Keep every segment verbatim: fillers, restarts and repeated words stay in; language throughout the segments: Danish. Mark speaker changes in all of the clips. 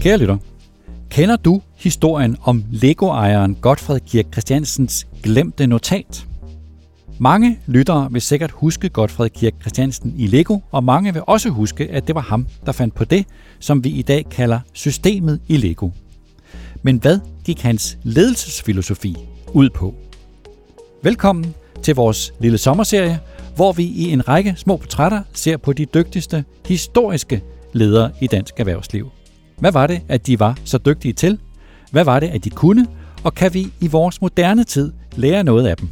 Speaker 1: Kære lytter, kender du historien om Lego-ejeren Gotfred Kirk Christiansens glemte notat? Mange lyttere vil sikkert huske Gotfred Kirk Christiansen i Lego, og mange vil også huske, at det var ham, der fandt på det, som vi i dag kalder systemet i Lego. Men hvad gik hans ledelsesfilosofi ud på? Velkommen til vores lille sommerserie, hvor vi i en række små portrætter ser på de dygtigste historiske ledere i dansk erhvervsliv. Hvad var det, at de var så dygtige til? Hvad var det, at de kunne? Og kan vi i vores moderne tid lære noget af dem?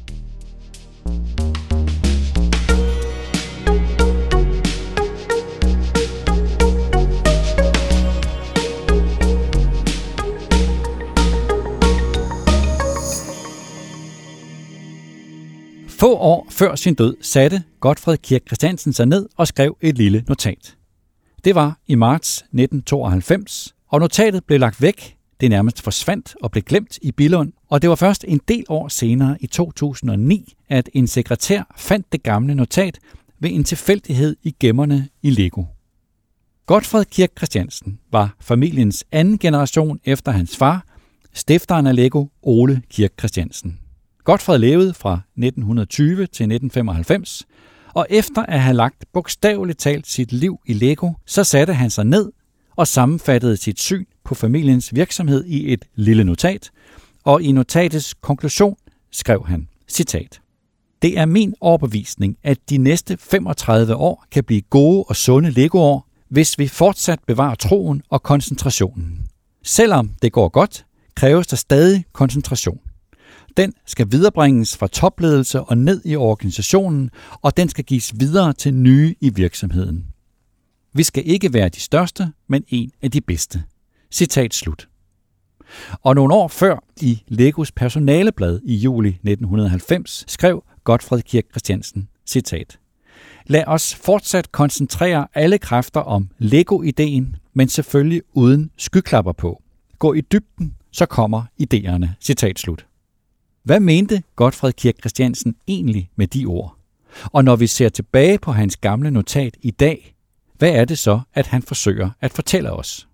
Speaker 1: Få år før sin død satte Gotfred Kirk Christiansen sig ned og skrev et lille notat. Det var i marts nitten tooghalvfems, og notatet blev lagt væk. Det nærmest forsvandt og blev glemt i Billund, og det var først en del år senere i to tusind og ni, at en sekretær fandt det gamle notat ved en tilfældighed i gemmerne i Lego. Gotfred Kirk Christiansen var familiens anden generation efter hans far, stifteren af Lego, Ole Kirk Christiansen. Gotfred levede fra nitten tyve til nitten femoghalvfems, og efter at have lagt bogstaveligt talt sit liv i Lego, så satte han sig ned og sammenfattede sit syn på familiens virksomhed i et lille notat, og i notatets konklusion skrev han, citat: "Det er min overbevisning, at de næste femogtredive år kan blive gode og sunde Lego-år, hvis vi fortsat bevarer troen og koncentrationen. Selvom det går godt, kræves der stadig koncentration. Den skal viderebringes fra topledelse og ned i organisationen, og den skal gives videre til nye i virksomheden. Vi skal ikke være de største, men en af de bedste." Citat slut. Og nogle år før i Legos personaleblad i juli nitten halvfems skrev Gotfred Kirk Christiansen, citat: "Lad os fortsat koncentrere alle kræfter om Lego-ideen, men selvfølgelig uden skyklapper på. Gå i dybden, så kommer idéerne." Citat slut. Hvad mente Gotfred Kirk Christiansen egentlig med de ord? Og når vi ser tilbage på hans gamle notat i dag, hvad er det så, at han forsøger at fortælle os?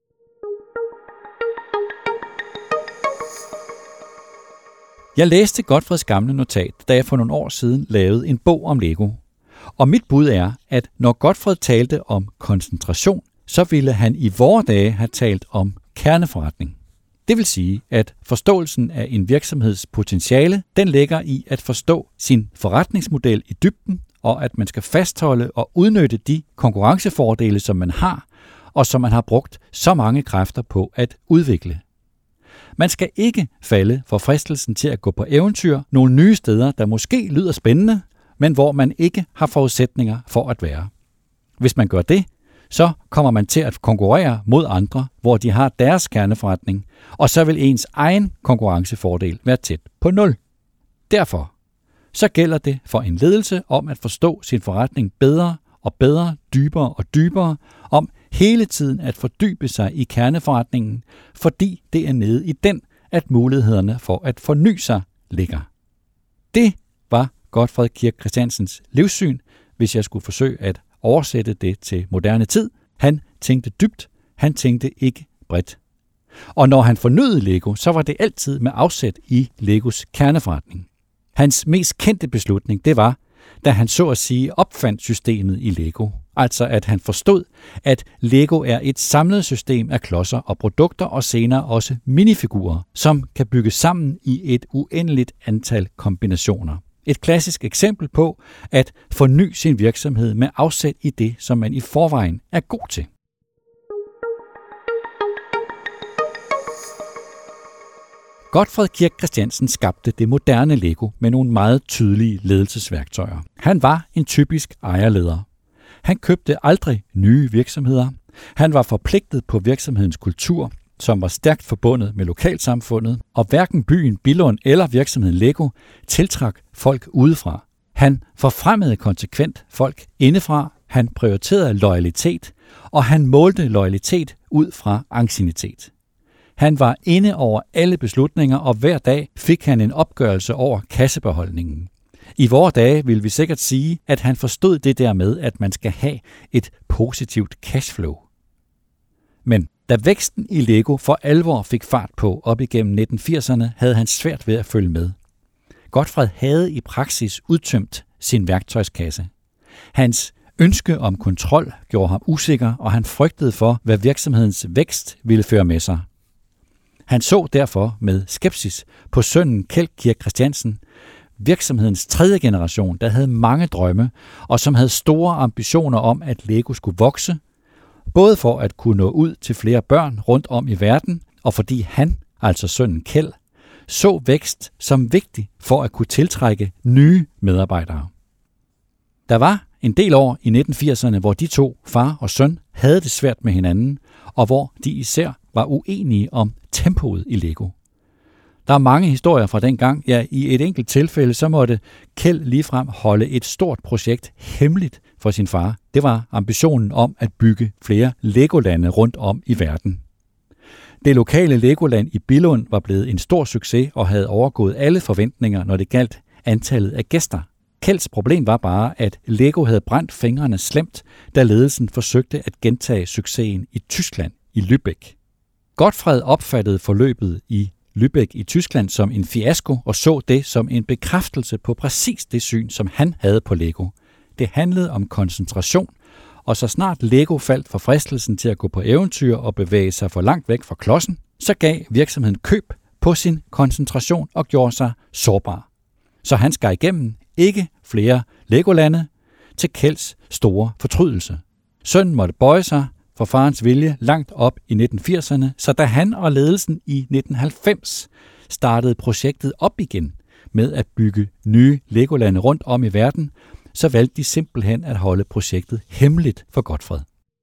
Speaker 1: Jeg læste Gotfreds gamle notat, da jeg for nogle år siden lavede en bog om Lego. Og mit bud er, at når Gotfred talte om koncentration, så ville han i vore dage have talt om kerneforretning. Det vil sige, at forståelsen af en virksomheds potentiale, den ligger i at forstå sin forretningsmodel i dybden, og at man skal fastholde og udnytte de konkurrencefordele, som man har, og som man har brugt så mange kræfter på at udvikle. Man skal ikke falde for fristelsen til at gå på eventyr nogle nye steder, der måske lyder spændende, men hvor man ikke har forudsætninger for at være. Hvis man gør det, så kommer man til at konkurrere mod andre, hvor de har deres kerneforretning, og så vil ens egen konkurrencefordel være tæt på nul. Derfor så gælder det for en ledelse om at forstå sin forretning bedre og bedre, dybere og dybere, om hele tiden at fordybe sig i kerneforretningen, fordi det er nede i den, at mulighederne for at forny sig ligger. Det var Gotfred Kirk Christiansens livssyn, hvis jeg skulle forsøge at oversætte det til moderne tid. Han tænkte dybt, han tænkte ikke bredt. Og når han fornyede Lego, så var det altid med afsæt i Legos kerneforretning. Hans mest kendte beslutning, det var, da han så at sige opfandt systemet i Lego. Altså at han forstod, at Lego er et samlet system af klodser og produkter og senere også minifigurer, som kan bygges sammen i et uendeligt antal kombinationer. Et klassisk eksempel på at forny sin virksomhed med afsæt i det, som man i forvejen er god til. Gotfred Kirk Christiansen skabte det moderne Lego med nogle meget tydelige ledelsesværktøjer. Han var en typisk ejerleder. Han købte aldrig nye virksomheder. Han var forpligtet på virksomhedens kultur, som var stærkt forbundet med lokalsamfundet, og hverken byen Billund eller virksomheden Lego tiltrak folk udefra. Han forfremmede konsekvent folk indefra, han prioriterede loyalitet, og han målte loyalitet ud fra anciennitet. Han var inde over alle beslutninger, og hver dag fik han en opgørelse over kassebeholdningen. I vore dage vil vi sikkert sige, at han forstod det der med, at man skal have et positivt cashflow. Men Da væksten i Lego for alvor fik fart på op igennem nitten firserne, havde han svært ved at følge med. Godtfred havde i praksis udtømt sin værktøjskasse. Hans ønske om kontrol gjorde ham usikker, og han frygtede for, hvad virksomhedens vækst ville føre med sig. Han så derfor med skepsis på sønnen Kjeld Kirk Christiansen, virksomhedens tredje generation, der havde mange drømme, og som havde store ambitioner om, at Lego skulle vokse, både for at kunne nå ud til flere børn rundt om i verden, og fordi han, altså sønnen Kjeld, så vækst som vigtig for at kunne tiltrække nye medarbejdere. Der var en del år i nitten firserne, hvor de to, far og søn, havde det svært med hinanden, og hvor de især var uenige om tempoet i Lego. Der er mange historier fra den gang. Ja, i et enkelt tilfælde, så måtte Kjeld ligefrem holde et stort projekt hemmeligt for sin far. Det var ambitionen om at bygge flere Legolande rundt om i verden. Det lokale Legoland i Billund var blevet en stor succes og havde overgået alle forventninger, når det galt antallet af gæster. Kjelds problem var bare, at Lego havde brændt fingrene slemt, da ledelsen forsøgte at gentage succesen i Tyskland, i Lübeck. Godtfred opfattede forløbet i Lübeck i Tyskland som en fiasko og så det som en bekræftelse på præcis det syn, som han havde på Lego. Det handlede om koncentration, og så snart Lego faldt for fristelsen til at gå på eventyr og bevæge sig for langt væk fra klodsen, så gav virksomheden køb på sin koncentration og gjorde sig sårbar. Så han skar igennem ikke flere Legolande til Kjelds store fortrydelse. Sønnen måtte bøje sig for farens vilje langt op i nitten firserne, så da han og ledelsen i nitten halvfems startede projektet op igen med at bygge nye Legolande rundt om i verden, så valgte de simpelthen at holde projektet hemmeligt for Godtfred.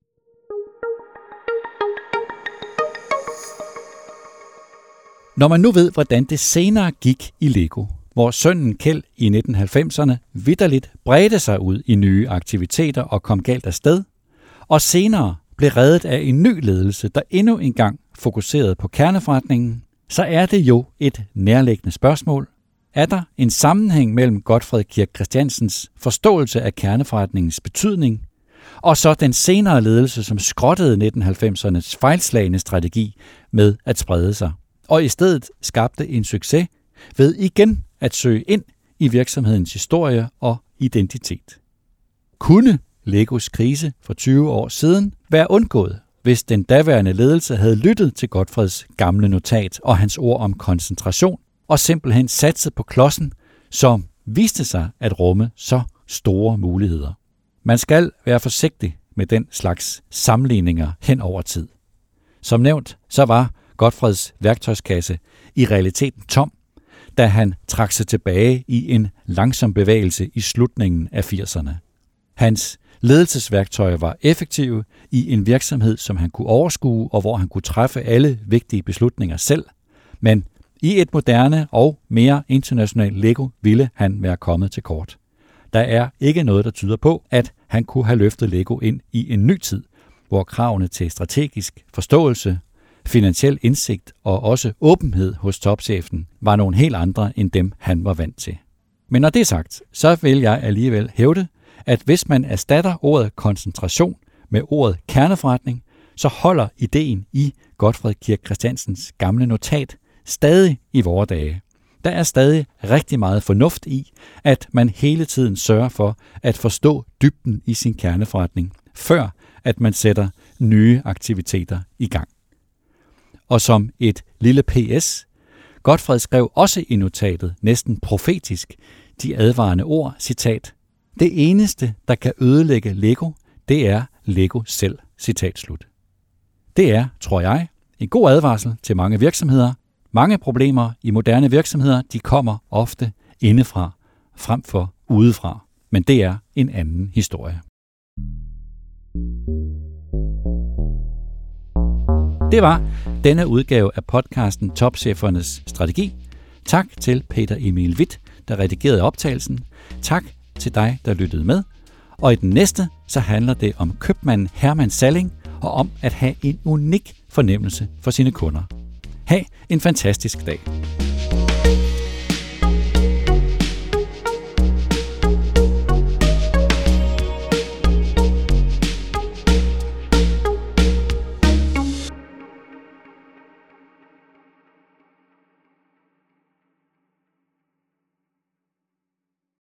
Speaker 1: Når man nu ved, hvordan det senere gik i Lego, hvor sønnen Kjeld i nitten halvfemserne vitterligt bredte sig ud i nye aktiviteter og kom galt afsted, og senere blev reddet af en ny ledelse, der endnu engang fokuserede på kerneforretningen, så er det jo et nærliggende spørgsmål. Er der en sammenhæng mellem Godtfred Kirk Christiansens forståelse af kerneforretningens betydning, og så den senere ledelse, som skrottede nitten halvfemsernes fejlslagne strategi med at sprede sig, og i stedet skabte en succes ved igen at søge ind i virksomhedens historie og identitet? Kunne Legos krise for tyve år siden være undgået, hvis den daværende ledelse havde lyttet til Godtfreds gamle notat og hans ord om koncentration, og simpelthen satset på klodsen, som viste sig at rumme så store muligheder? Man skal være forsigtig med den slags sammenligninger hen over tid. Som nævnt, så var Godtfreds værktøjskasse i realiteten tom, da han trak sig tilbage i en langsom bevægelse i slutningen af firserne. Hans ledelsesværktøjer var effektive i en virksomhed, som han kunne overskue, og hvor han kunne træffe alle vigtige beslutninger selv. Men i et moderne og mere internationalt Lego ville han være kommet til kort. Der er ikke noget, der tyder på, at han kunne have løftet Lego ind i en ny tid, hvor kravene til strategisk forståelse, finansiel indsigt og også åbenhed hos topchefen var nogle helt andre end dem, han var vant til. Men når det er sagt, så vil jeg alligevel hævde, at hvis man erstatter ordet koncentration med ordet kerneforretning, så holder ideen i Godtfred Kirk Christiansens gamle notat stadig i vore dage. Der er stadig rigtig meget fornuft i, at man hele tiden sørger for at forstå dybden i sin kerneforretning, før at man sætter nye aktiviteter i gang. Og som et lille P S, Godtfred skrev også i notatet, næsten profetisk, de advarende ord, citat, "Det eneste, der kan ødelægge Lego, det er Lego selv", citat slut. Det er, tror jeg, en god advarsel til mange virksomheder. Mange problemer i moderne virksomheder, de kommer ofte indefra, frem for udefra. Men det er en anden historie. Det var denne udgave af podcasten Topchefernes Strategi. Tak til Peter Emil Witt, der redigerede optagelsen. Tak til dig, der lyttede med. Og i den næste, så handler det om købmanden Herman Salling og om at have en unik fornemmelse for sine kunder. Ha' en fantastisk dag.